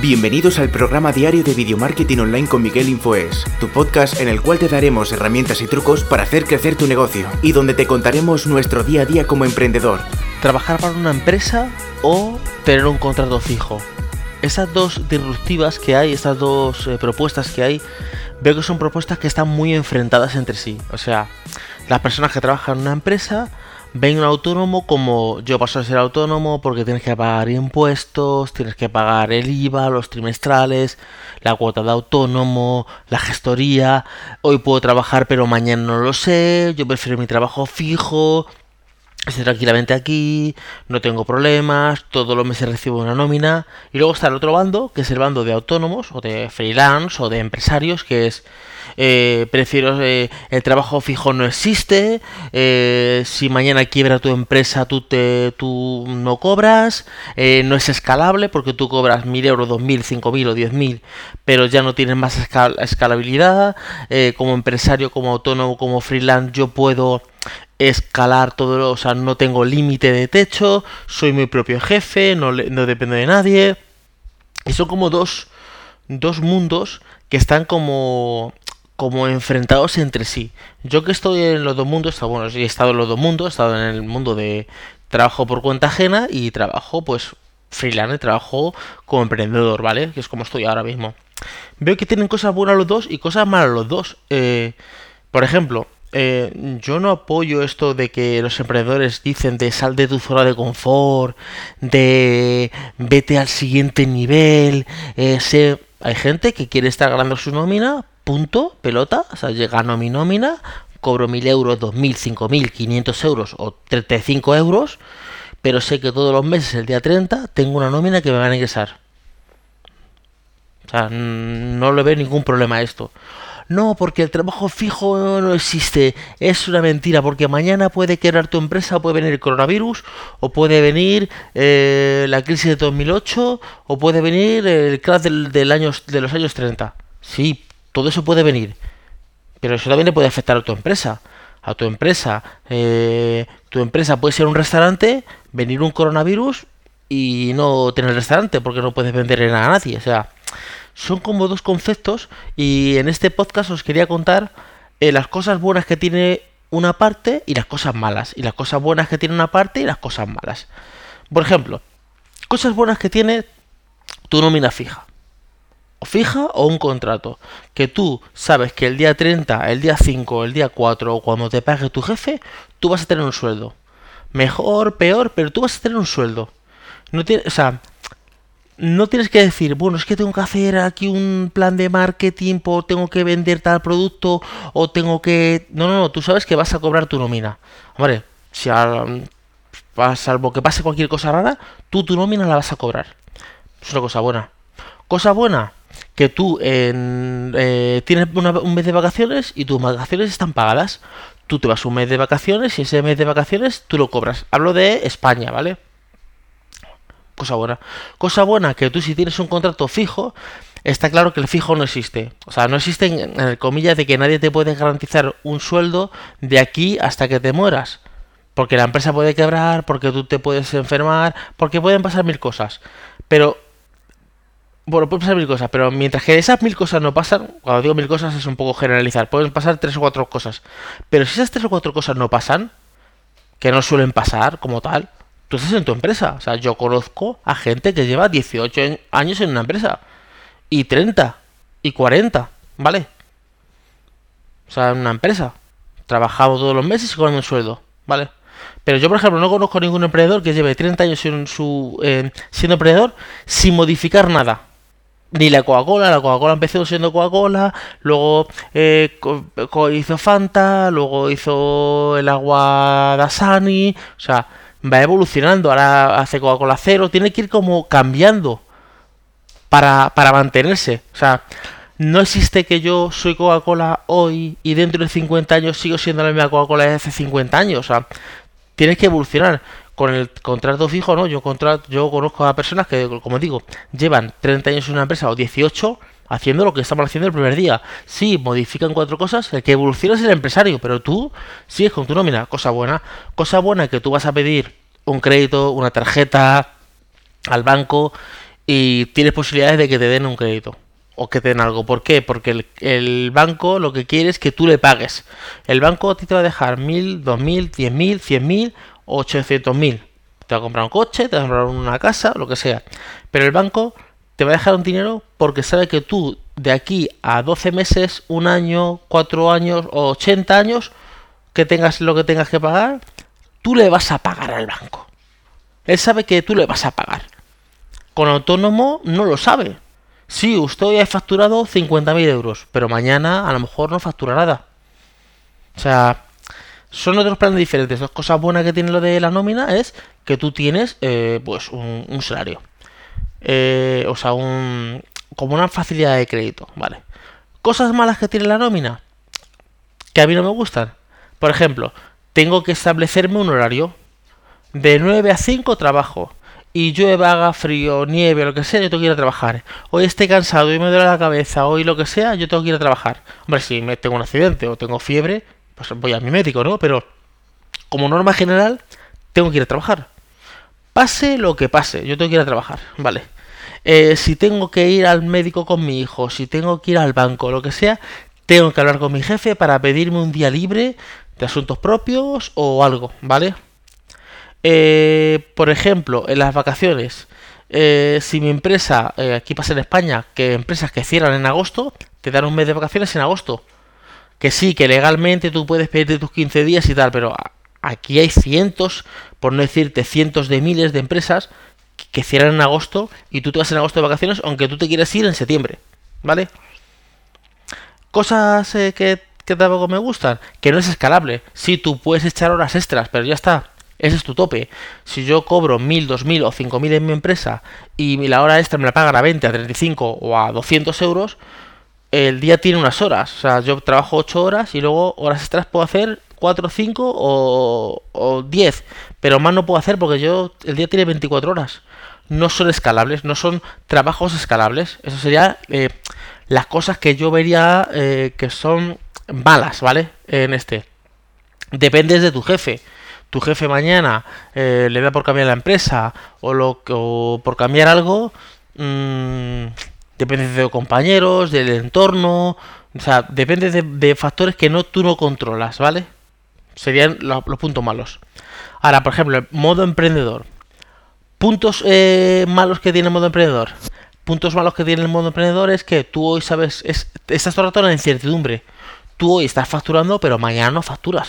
Bienvenidos al programa diario de Video Marketing Online con Miguel Infoes, tu podcast en el cual te daremos herramientas y trucos para hacer crecer tu negocio y donde te contaremos nuestro día a día como emprendedor. Trabajar para una empresa o tener un contrato fijo. Esas dos disruptivas que hay, estas dos propuestas que hay, veo que son propuestas que están muy enfrentadas entre sí. O sea, las personas que trabajan en una empresa ven un autónomo como yo paso a ser autónomo porque tienes que pagar impuestos, tienes que pagar el IVA, los trimestrales, la cuota de autónomo, la gestoría. Hoy puedo trabajar pero mañana no lo sé, yo prefiero mi trabajo fijo. Estoy tranquilamente aquí, no tengo problemas, todos los meses recibo una nómina. Y luego está el otro bando, que es el bando de autónomos, o de freelance, o de empresarios, que es prefiero el trabajo fijo no existe, si mañana quiebra tu empresa tú no cobras, no es escalable porque tú cobras 1.000 euros, 2.000, 5.000 o 10.000, pero ya no tienes más escalabilidad. Como empresario, como autónomo, como freelance, yo puedo escalar todo, o sea, no tengo límite de techo, soy mi propio jefe, no dependo de nadie. Y son como dos mundos que están como enfrentados entre sí. Yo que estoy en los dos mundos, bueno, he estado en los dos mundos, he estado en el mundo de trabajo por cuenta ajena y trabajo pues freelance, trabajo como emprendedor, ¿vale? Que es como estoy ahora mismo. Veo que tienen cosas buenas los dos y cosas malas los dos. Por ejemplo, yo no apoyo esto de que los emprendedores dicen de sal de tu zona de confort, de vete al siguiente nivel. Hay gente que quiere estar ganando su nómina, punto, pelota. O sea, yo gano mi nómina, cobro 1.000 euros, 2.000, 5.000, 500 euros o 35 euros, pero sé que todos los meses, el día 30, tengo una nómina que me van a ingresar. O sea, no le veo ningún problema a esto. No, porque el trabajo fijo no existe, es una mentira, porque mañana puede quebrar tu empresa, puede venir el coronavirus, o puede venir la crisis de 2008, o puede venir el crash de los años 30. Sí, todo eso puede venir, pero eso también le puede afectar a tu empresa. Tu empresa puede ser un restaurante, venir un coronavirus y no tener restaurante, porque no puedes venderle nada a nadie, o sea. Son como dos conceptos y en este podcast os quería contar las cosas buenas que tiene una parte y las cosas malas. Y las cosas buenas que tiene una parte y las cosas malas. Por ejemplo, cosas buenas que tiene tu nómina fija. O fija o un contrato. Que tú sabes que el día 30, el día 5, el día 4 o cuando te pague tu jefe, tú vas a tener un sueldo. Mejor, peor, pero tú vas a tener un sueldo. No tienes que decir, bueno, es que tengo que hacer aquí un plan de marketing, tengo que vender tal producto, o tengo que... No, tú sabes que vas a cobrar tu nómina. Hombre, salvo que pase cualquier cosa rara, tu nómina la vas a cobrar. Es una cosa buena. Cosa buena, que tú tienes un mes de vacaciones y tus vacaciones están pagadas. Tú te vas un mes de vacaciones y ese mes de vacaciones tú lo cobras. Hablo de España, ¿vale? Cosa buena. Cosa buena, que tú si tienes un contrato fijo, está claro que el fijo no existe. O sea, no existe en comillas de que nadie te puede garantizar un sueldo de aquí hasta que te mueras. Porque la empresa puede quebrar, porque tú te puedes enfermar, porque pueden pasar mil cosas. Pero, bueno, pueden pasar mil cosas, pero mientras que esas mil cosas no pasan, cuando digo mil cosas es un poco generalizar, pueden pasar 3 o 4 cosas. Pero si esas 3 o 4 cosas no pasan, que no suelen pasar como tal, tú estás en tu empresa. O sea, yo conozco a gente que lleva 18 años en una empresa. Y 30. Y 40. ¿Vale? O sea, en una empresa. Trabajamos todos los meses y cobrando un sueldo. ¿Vale? Pero yo, por ejemplo, no conozco ningún emprendedor que lleve 30 años siendo emprendedor sin modificar nada. Ni la Coca-Cola empezó siendo Coca-Cola, luego hizo Fanta, luego hizo el agua Dasani, o sea, va evolucionando, ahora hace Coca-Cola cero, tiene que ir como cambiando para mantenerse. O sea, no existe que yo soy Coca-Cola hoy y dentro de 50 años sigo siendo la misma Coca-Cola de hace 50 años. O sea, tienes que evolucionar. Con el contrato fijo, ¿no? Yo conozco a personas que, como digo, llevan 30 años en una empresa o 18 haciendo lo que estamos haciendo el primer día. Sí, modifican 4 cosas, el que evoluciona es el empresario, pero tú sigues con tu nómina. Cosa buena que tú vas a pedir un crédito, una tarjeta al banco y tienes posibilidades de que te den un crédito o que te den algo. ¿Por qué? Porque el banco lo que quiere es que tú le pagues. El banco a ti te va a dejar 1.000, 2.000, 10.000, 100.000 o 800.000. Te va a comprar un coche, te va a comprar una casa, lo que sea. Pero el banco te va a dejar un dinero porque sabe que tú de aquí a 12 meses, un año, 4 años o 80 años, que tengas lo que tengas que pagar, tú le vas a pagar al banco. Él sabe que tú le vas a pagar. Con autónomo no lo sabe. Sí, usted hoy ha facturado 50.000 euros, pero mañana a lo mejor no factura nada. O sea, son otros planes diferentes. Dos cosas buenas que tiene lo de la nómina es que tú tienes pues un salario. O sea, como una facilidad de crédito, ¿vale? Cosas malas que tiene la nómina, que a mí no me gustan. Por ejemplo, tengo que establecerme un horario. De 9 a 5 trabajo. Y llueva, haga frío, nieve, lo que sea, yo tengo que ir a trabajar. Hoy estoy cansado y me duele la cabeza, hoy lo que sea, yo tengo que ir a trabajar. Hombre, si me tengo un accidente o tengo fiebre, pues voy a mi médico, ¿no? Pero como norma general, tengo que ir a trabajar. Pase lo que pase, yo tengo que ir a trabajar, ¿vale? Si tengo que ir al médico con mi hijo, si tengo que ir al banco, lo que sea, tengo que hablar con mi jefe para pedirme un día libre de asuntos propios o algo, ¿vale? Por ejemplo, en las vacaciones, si mi empresa, aquí pasa en España, que empresas que cierran en agosto, te dan un mes de vacaciones en agosto. Que sí, que legalmente tú puedes pedirte tus 15 días y tal, pero aquí hay cientos, por no decirte cientos de miles de empresas que cierran en agosto y tú te vas en agosto de vacaciones aunque tú te quieras ir en septiembre, ¿vale? Cosas que tampoco me gustan, que no es escalable. Sí, tú puedes echar horas extras, pero ya está. Ese es tu tope. Si yo cobro 1.000, 2.000 o 5.000 en mi empresa y la hora extra me la pagan a 20, a 35 o a 200 euros, el día tiene unas horas. O sea, yo trabajo 8 horas y luego horas extras puedo hacer 4, 5 o 10. Pero más no puedo hacer porque el día tiene 24 horas. No son escalables, no son trabajos escalables. Eso sería las cosas que yo vería que son malas, ¿vale? En este. Dependes de tu jefe. Tu jefe mañana le da por cambiar la empresa o por cambiar algo, depende de los compañeros, del entorno, o sea, depende de factores que tú no controlas, ¿vale? Serían los puntos malos. Ahora, por ejemplo, el modo emprendedor. Puntos malos que tiene el modo emprendedor. Puntos malos que tiene el modo emprendedor es que tú hoy sabes, estás todo el rato en la incertidumbre. Tú hoy estás facturando, pero mañana no facturas.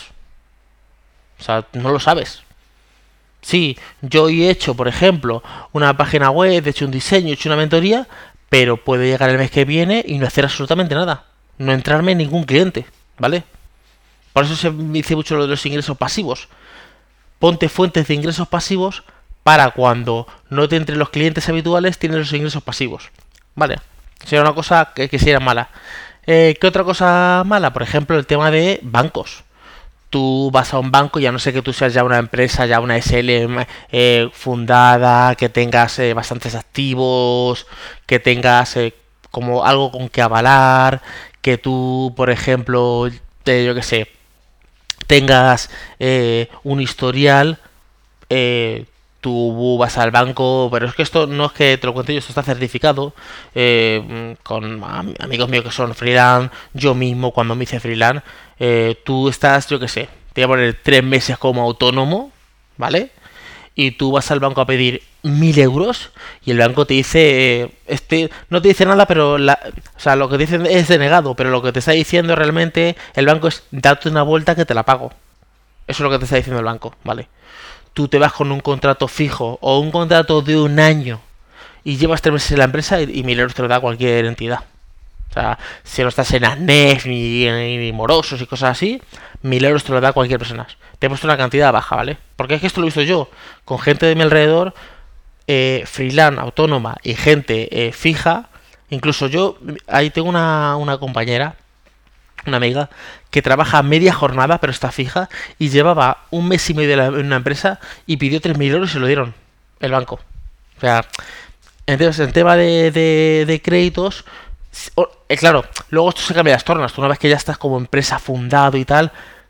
O sea, no lo sabes. Sí, yo he hecho, por ejemplo, una página web, he hecho un diseño, he hecho una mentoría, pero puede llegar el mes que viene y no hacer absolutamente nada. No entrarme en ningún cliente, ¿vale? Por eso se dice mucho lo de los ingresos pasivos. Ponte fuentes de ingresos pasivos para cuando no te entren los clientes habituales, tienes los ingresos pasivos, ¿vale? Sería una cosa que sería mala. ¿Qué otra cosa mala? Por ejemplo, el tema de bancos. Tú vas a un banco, ya no sé que tú seas ya una empresa, ya una SL fundada, que tengas bastantes activos, que tengas como algo con que avalar, que tú, por ejemplo, yo qué sé, tengas un historial, tú vas al banco, pero es que esto no es que te lo cuente yo, esto está certificado con amigos míos que son freelance, yo mismo cuando me hice freelance, tú estás, yo qué sé, te voy a poner 3 meses como autónomo, ¿vale? Y tú vas al banco a pedir 1.000 euros y el banco te dice, no te dice nada, pero o sea, lo que te dicen es denegado, pero lo que te está diciendo realmente el banco es darte una vuelta que te la pago. Eso es lo que te está diciendo el banco, ¿vale? Tú te vas con un contrato fijo o un contrato de un año y llevas 3 meses en la empresa y 1.000 euros te lo da cualquier entidad. O sea, si no estás en ANEF ni Morosos y cosas así, 1.000 euros te lo da cualquier persona. Te he puesto una cantidad baja, ¿vale? Porque es que esto lo he visto yo, con gente de mi alrededor, freelance, autónoma y gente fija. Incluso yo, ahí tengo una compañera, una amiga, que trabaja media jornada, pero está fija, y llevaba un mes y medio en una empresa y pidió 3.000 euros y se lo dieron el banco. O sea, entonces, en tema de créditos, claro, luego esto se cambia las tornas. Tú una vez que ya estás como empresa fundado y tal,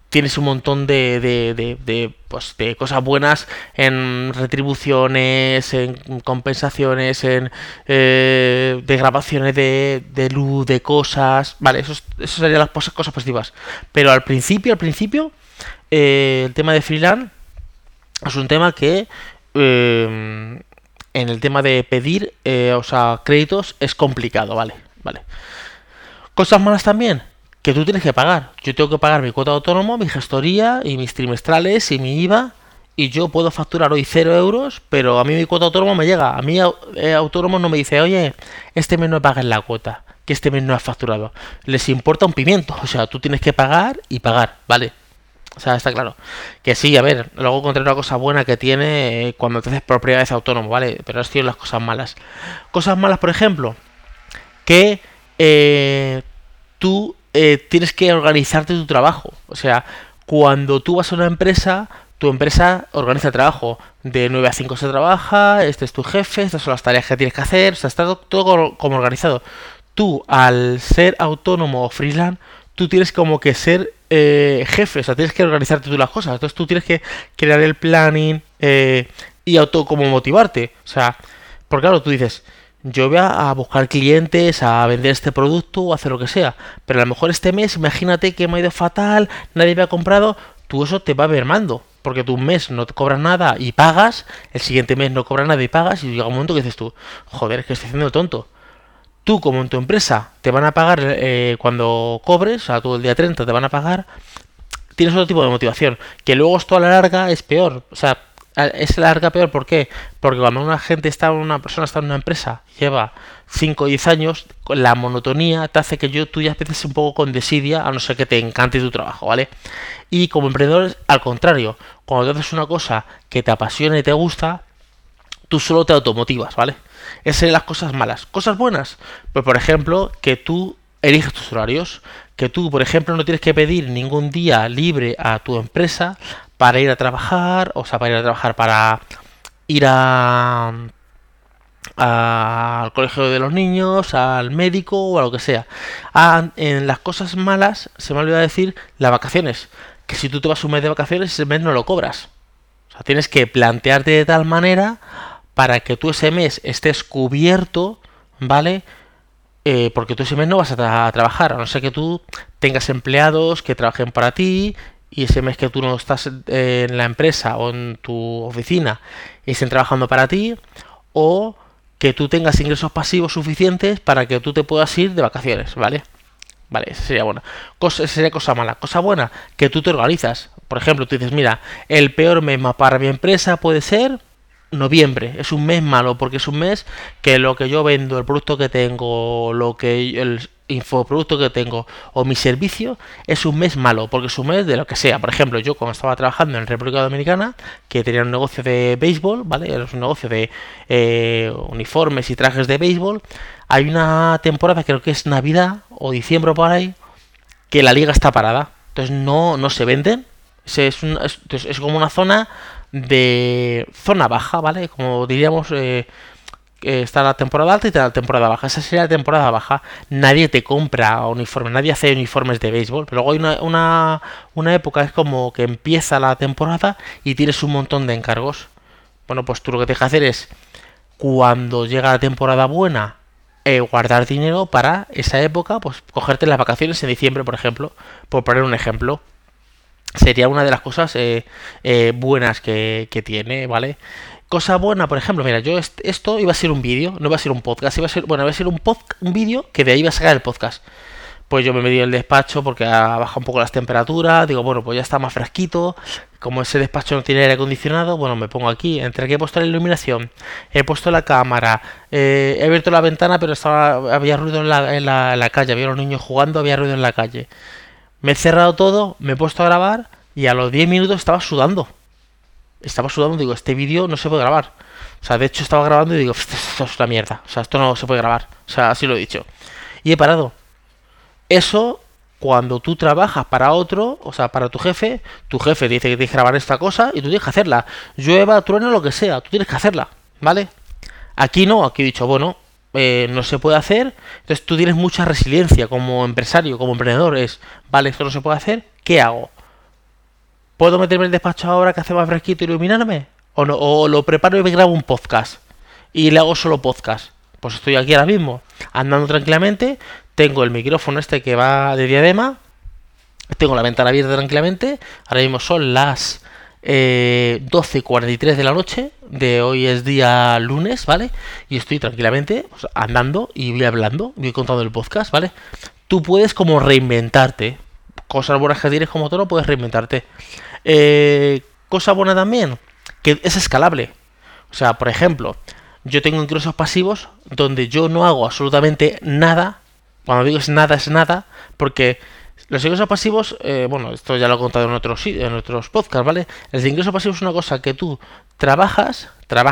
tienes un montón pues, de cosas buenas en retribuciones, en compensaciones, en de grabaciones de luz, de cosas. Vale, eso serían las cosas positivas. Pero al principio, el tema de freelance es un tema que en el tema de pedir, créditos es complicado, ¿vale? Cosas malas también, que tú tienes que pagar. Yo tengo que pagar mi cuota de autónomo, mi gestoría y mis trimestrales y mi IVA. Y yo puedo facturar hoy 0 euros, pero a mí mi cuota de autónomo me llega. A mí autónomo no me dice, oye, este mes no pagas la cuota, que este mes no has facturado. Les importa un pimiento. O sea, tú tienes que pagar y pagar, ¿vale? O sea, está claro. Que sí, a ver, luego encontré una cosa buena que tiene cuando te haces por primera vez autónomo, ¿vale? Pero has tenido las cosas malas. Cosas malas, por ejemplo, que tú tienes que organizarte tu trabajo. O sea, cuando tú vas a una empresa, tu empresa organiza el trabajo. De 9 a 5 se trabaja, este es tu jefe, estas son las tareas que tienes que hacer, o sea, está todo como organizado. Tú, al ser autónomo o freelance, tú tienes como que ser jefe, o sea, tienes que organizarte tú las cosas. Entonces tú tienes que crear el planning y como motivarte. O sea, porque claro, tú dices, yo voy a buscar clientes, a vender este producto o hacer lo que sea. Pero a lo mejor este mes, imagínate que me ha ido fatal, nadie me ha comprado, tú eso te va mermando. Porque tú un mes no te cobras nada y pagas, el siguiente mes no cobras nada y pagas, y llega un momento que dices tú, joder, es que estoy haciendo el tonto. Tú, como en tu empresa, te van a pagar cuando cobres, o sea, tú el día 30 te van a pagar, tienes otro tipo de motivación. Que luego esto a la larga es peor. O sea, es a la larga peor, ¿por qué? Porque cuando una persona está en una empresa, lleva 5 o 10 años, la monotonía te hace que tú ya empieces un poco con desidia, a no ser que te encante tu trabajo, ¿vale? Y como emprendedor, al contrario, cuando te haces una cosa que te apasiona y te gusta, tú solo te automotivas, ¿vale? Esas son las cosas malas. Cosas buenas, pues por ejemplo, que tú eliges tus horarios, que tú, por ejemplo, no tienes que pedir ningún día libre a tu empresa para ir a trabajar, o sea, para ir a trabajar, para ir al colegio de los niños, al médico o a lo que sea. En las cosas malas, se me olvidó decir, las vacaciones. Que si tú te vas un mes de vacaciones, ese mes no lo cobras. O sea, tienes que plantearte de tal manera para que tú ese mes estés cubierto, ¿vale? Porque tú ese mes no vas a trabajar, a no ser que tú tengas empleados que trabajen para ti, y ese mes que tú no estás en la empresa o en tu oficina estén trabajando para ti, o que tú tengas ingresos pasivos suficientes para que tú te puedas ir de vacaciones, ¿vale? Vale, esa sería buena. Esa sería cosa mala. Cosa buena, que tú te organizas. Por ejemplo, tú dices, mira, el peor mes para mi empresa puede ser noviembre. Es un mes malo porque es un mes que lo que yo vendo, el producto que tengo, el infoproducto que tengo o mi servicio, es un mes malo porque es un mes de lo que sea. Por ejemplo, yo cuando estaba trabajando en República Dominicana, que tenía un negocio de béisbol, ¿vale? Era un negocio de uniformes y trajes de béisbol. Hay una temporada, creo que es Navidad o diciembre por ahí, que la liga está parada. Entonces no se venden. Es como una zona baja, ¿vale? Como diríamos, está la temporada alta y está la temporada baja. Esa sería la temporada baja. Nadie te compra uniformes, nadie hace uniformes de béisbol. Pero luego hay una época, es como que empieza la temporada y tienes un montón de encargos. Bueno, pues tú lo que tienes que hacer es, cuando llega la temporada buena, guardar dinero para esa época, pues cogerte las vacaciones en diciembre, por ejemplo, por poner un ejemplo. Sería una de las cosas buenas que tiene, ¿vale? Cosa buena, por ejemplo, mira, yo esto iba a ser un vídeo, no iba a ser un podcast, iba a ser un vídeo que de ahí iba a sacar el podcast. Pues yo me metí en el despacho porque ha bajado un poco las temperaturas, digo, bueno, pues ya está más fresquito, como ese despacho no tiene aire acondicionado, bueno, me pongo aquí, entre que he puesto la iluminación, he puesto la cámara, he abierto la ventana, pero había ruido en la calle, había los niños jugando, había ruido en la calle. Me he cerrado todo, me he puesto a grabar y a los 10 minutos estaba sudando. Digo, este vídeo no se puede grabar. O sea, de hecho estaba grabando y digo, esto es una mierda. O sea, esto no se puede grabar. O sea, así lo he dicho. Y he parado. Eso, cuando tú trabajas para otro, o sea, para tu jefe te dice que tienes que grabar esta cosa y tú tienes que hacerla. Llueva, trueno, lo que sea, tú tienes que hacerla, ¿vale? Aquí no, aquí he dicho, bueno, no se puede hacer, entonces tú tienes mucha resiliencia como empresario, como emprendedor, vale, esto no se puede hacer, ¿qué hago? ¿Puedo meterme en el despacho ahora que hace más fresquito y iluminarme? ¿O no? ¿O lo preparo y me grabo un podcast? Y le hago solo podcast. Pues estoy aquí ahora mismo, andando tranquilamente. Tengo el micrófono este que va de diadema. Tengo la ventana abierta tranquilamente. Ahora mismo son las 12:43 de la noche. De hoy es día lunes, ¿vale? Y estoy tranquilamente pues, andando y voy hablando. Voy contando el podcast, ¿vale? Tú puedes como reinventarte. Cosas buenas que tienes como todo, puedes reinventarte. Cosa buena también, que es escalable. O sea, por ejemplo, yo tengo ingresos pasivos donde yo no hago absolutamente nada. Cuando digo es nada, porque los ingresos pasivos, bueno, esto ya lo he contado en otros podcasts, ¿vale? El ingreso pasivo es una cosa que tú trabajas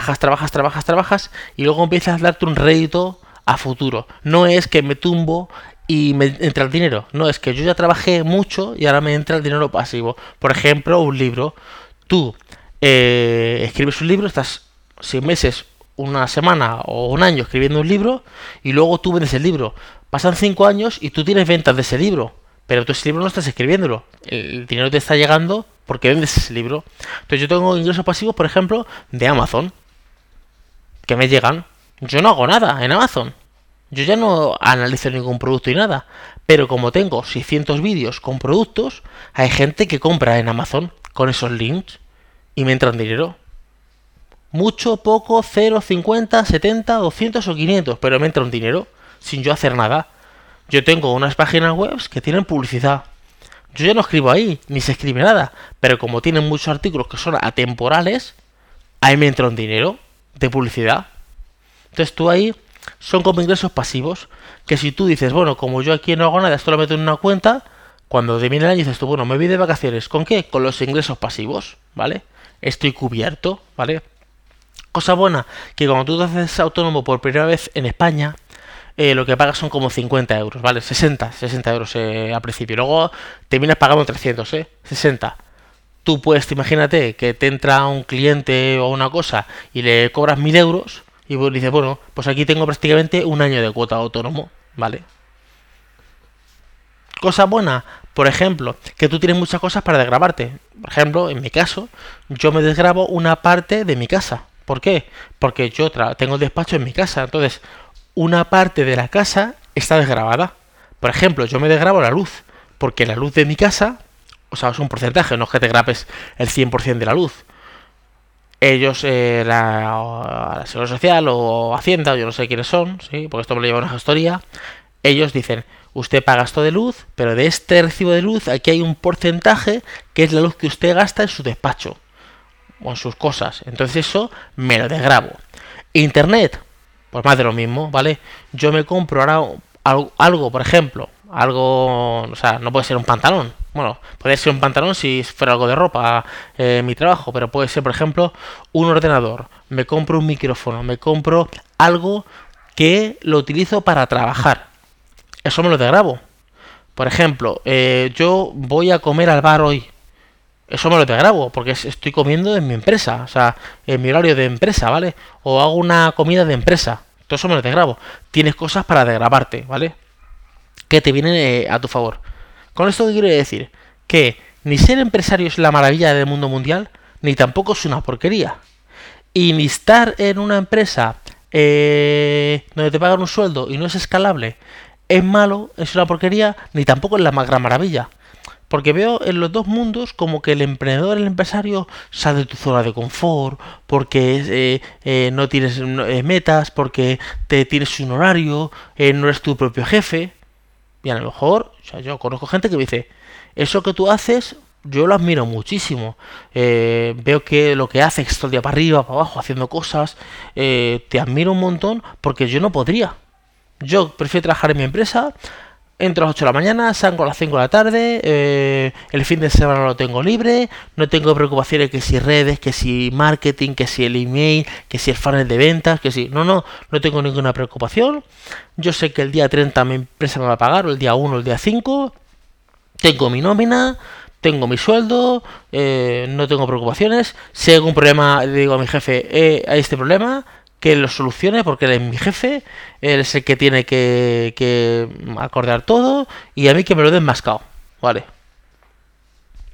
y luego empiezas a darte un rédito a futuro. No es que me tumbo y me entra el dinero. No, es que yo ya trabajé mucho y ahora me entra el dinero pasivo. Por ejemplo, un libro. Tú escribes un libro, estás 6 meses, una semana o un año escribiendo un libro y luego tú vendes el libro. Pasan 5 años y tú tienes ventas de ese libro, pero tú ese libro no estás escribiéndolo. El dinero te está llegando porque vendes ese libro. Entonces yo tengo ingresos pasivos, por ejemplo, de Amazon, que me llegan. Yo no hago nada en Amazon. Yo ya no analizo ningún producto y nada. Pero como tengo 600 vídeos con productos, hay gente que compra en Amazon con esos links y me entran dinero. Mucho, poco, 0, 50, 70, 200 o 500, pero me entra un dinero sin yo hacer nada. Yo tengo unas páginas web que tienen publicidad. Yo ya no escribo ahí, ni se escribe nada, pero como tienen muchos artículos que son atemporales, ahí me entra un dinero de publicidad. Entonces tú ahí son como ingresos pasivos, que si tú dices, bueno, como yo aquí no hago nada, esto lo meto en una cuenta, cuando termine el año dices tú, bueno, me voy de vacaciones, ¿con qué? Con los ingresos pasivos, ¿vale? Estoy cubierto, ¿vale? Cosa buena, que cuando tú te haces autónomo por primera vez en España, lo que pagas son como 50 euros, ¿vale? 60 euros al principio. Luego terminas pagando 300, 60. Tú puedes, imagínate que te entra un cliente o una cosa y le cobras 1000 euros y pues dices, bueno, pues aquí tengo prácticamente un año de cuota autónomo, ¿vale? Cosa buena, por ejemplo, que tú tienes muchas cosas para desgrabarte. Por ejemplo, en mi caso, yo me desgrabo una parte de mi casa. ¿Por qué? Porque yo tengo el despacho en mi casa, entonces una parte de la casa está desgrabada. Por ejemplo, yo me desgrabo la luz, porque la luz de mi casa, o sea, es un porcentaje, no es que te grabes el 100% de la luz. Ellos, la Seguridad Social o Hacienda, o yo no sé quiénes son, ¿sí? Porque esto me lo lleva una gestoría, ellos dicen, usted paga esto de luz, pero de este recibo de luz aquí hay un porcentaje que es la luz que usted gasta en su despacho o en sus cosas. Entonces eso me lo desgrabo. Internet, pues más de lo mismo, ¿vale? Yo me compro ahora algo, por ejemplo, algo, o sea, no puede ser un pantalón. Bueno, puede ser un pantalón si fuera algo de ropa, mi trabajo, pero puede ser, por ejemplo, un ordenador. Me compro un micrófono, me compro algo que lo utilizo para trabajar. Eso me lo desgrabo. Por ejemplo, yo voy a comer al bar hoy. Eso me lo desgrabo, porque estoy comiendo en mi empresa, o sea, en mi horario de empresa, ¿vale? O hago una comida de empresa. Todo eso me lo desgrabo. Tienes cosas para desgrabarte, ¿vale? Que te vienen a tu favor. Con esto quiero decir que ni ser empresario es la maravilla del mundo mundial, ni tampoco es una porquería. Y ni estar en una empresa donde te pagan un sueldo y no es escalable es malo, es una porquería, ni tampoco es la más gran maravilla. Porque veo en los dos mundos como que el emprendedor, el empresario, sale de tu zona de confort, porque no tienes metas, porque tienes un horario, no eres tu propio jefe. Y a lo mejor, o sea, yo conozco gente que me dice, eso que tú haces, yo lo admiro muchísimo. Veo que lo que haces todo el día para arriba, para abajo, haciendo cosas, te admiro un montón porque yo no podría. Yo prefiero trabajar en mi empresa, entro a las 8 de la mañana, salgo a las 5 de la tarde, el fin de semana lo tengo libre, no tengo preocupaciones que si redes, que si marketing, que si el email, que si el funnel de ventas, que si... No tengo ninguna preocupación. Yo sé que el día 30 mi empresa me va a pagar, o el día 1, o el día 5, tengo mi nómina, tengo mi sueldo, no tengo preocupaciones. Si hay algún problema, le digo a mi jefe, hay este problema, que lo solucione porque él es mi jefe, él es el que tiene que acordar todo y a mí que me lo den mascado, ¿vale?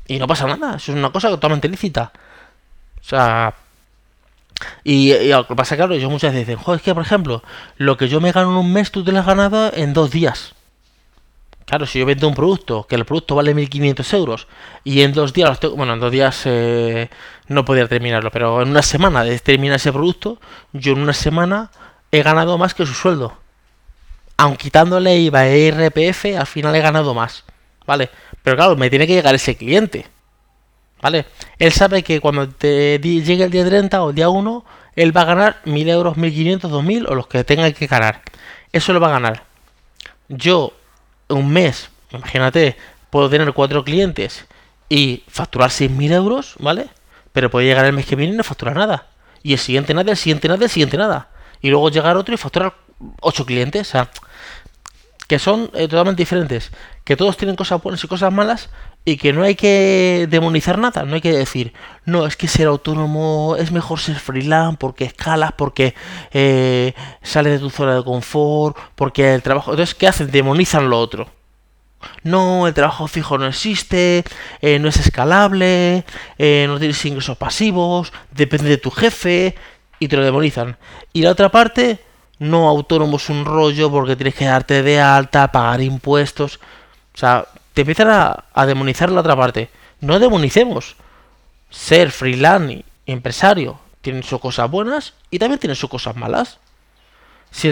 Y no pasa nada, eso es una cosa totalmente lícita. O sea... Y lo que pasa, claro, ellos muchas veces dicen, joder, es que por ejemplo, lo que yo me gano en un mes, tú te lo has ganado en 2 días. Claro, si yo vendo un producto, que el producto vale 1.500 euros, y en 2 días, en 2 días no podía terminarlo, pero en una semana de terminar ese producto, yo en una semana he ganado más que su sueldo. Aun quitándole IVA e IRPF, al final he ganado más, ¿vale? Pero claro, me tiene que llegar ese cliente, ¿vale? Él sabe que cuando te llegue el día 30 o el día 1, él va a ganar 1.000 euros, 1.500, 2.000 o los que tenga que ganar. Eso lo va a ganar. Yo, un mes, imagínate, puedo tener 4 clientes y facturar 6.000 euros, ¿vale? Pero puede llegar el mes que viene y no facturar nada. Y el siguiente nada, el siguiente nada, el siguiente nada. Y luego llegar otro y facturar 8 clientes, o sea, que son totalmente diferentes, que todos tienen cosas buenas y cosas malas, y que no hay que demonizar nada, no hay que decir, no, es que ser autónomo es mejor ser freelance, porque escalas, porque sales de tu zona de confort, porque el trabajo... Entonces, ¿qué hacen? Demonizan lo otro. No, el trabajo fijo no existe, no es escalable, no tienes ingresos pasivos, depende de tu jefe, y te lo demonizan. Y la otra parte... No, autónomo es un rollo porque tienes que darte de alta, pagar impuestos. O sea, te empiezan a demonizar la otra parte. No demonicemos. Ser freelance y empresario tiene sus cosas buenas y también tiene sus cosas malas. Si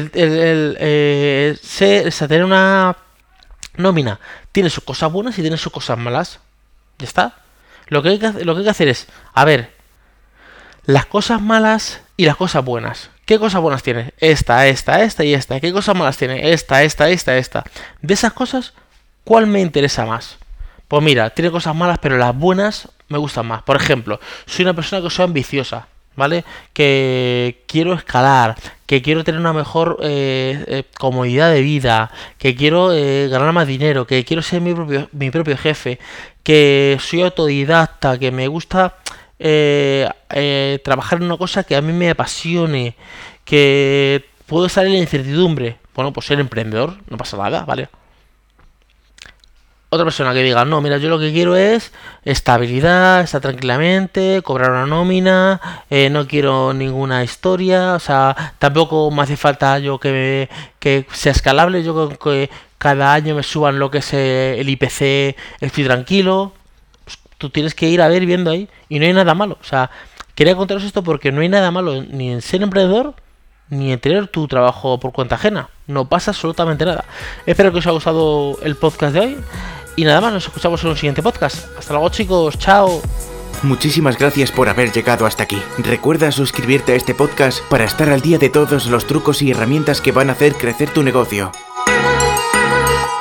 tener una nómina tiene sus cosas buenas y tiene sus cosas malas. Ya está. Lo que hay que hacer es, a ver, las cosas malas y las cosas buenas. ¿Qué cosas buenas tiene? Esta y esta. ¿Qué cosas malas tiene? Esta. De esas cosas, ¿cuál me interesa más? Pues mira, tiene cosas malas, pero las buenas me gustan más. Por ejemplo, soy una persona que soy ambiciosa, ¿vale? Que quiero escalar, que quiero tener una mejor comodidad de vida, que quiero ganar más dinero, que quiero ser mi propio jefe, que soy autodidacta, que me gusta... trabajar en una cosa que a mí me apasione, que puedo estar en la incertidumbre. Bueno, pues ser emprendedor, no pasa nada, ¿vale? Otra persona que diga, no, mira, yo lo que quiero es estabilidad, estar tranquilamente, cobrar una nómina, no quiero ninguna historia, o sea, tampoco me hace falta yo que sea escalable, yo que cada año me suban lo que es el IPC, estoy tranquilo. Tú tienes que ir a ver viendo ahí y no hay nada malo. O sea, quería contaros esto porque no hay nada malo ni en ser emprendedor ni en tener tu trabajo por cuenta ajena. No pasa absolutamente nada. Espero que os haya gustado el podcast de hoy y nada más, nos escuchamos en un siguiente podcast. Hasta luego, chicos, chao. Muchísimas gracias por haber llegado hasta aquí. Recuerda suscribirte a este podcast para estar al día de todos los trucos y herramientas que van a hacer crecer tu negocio.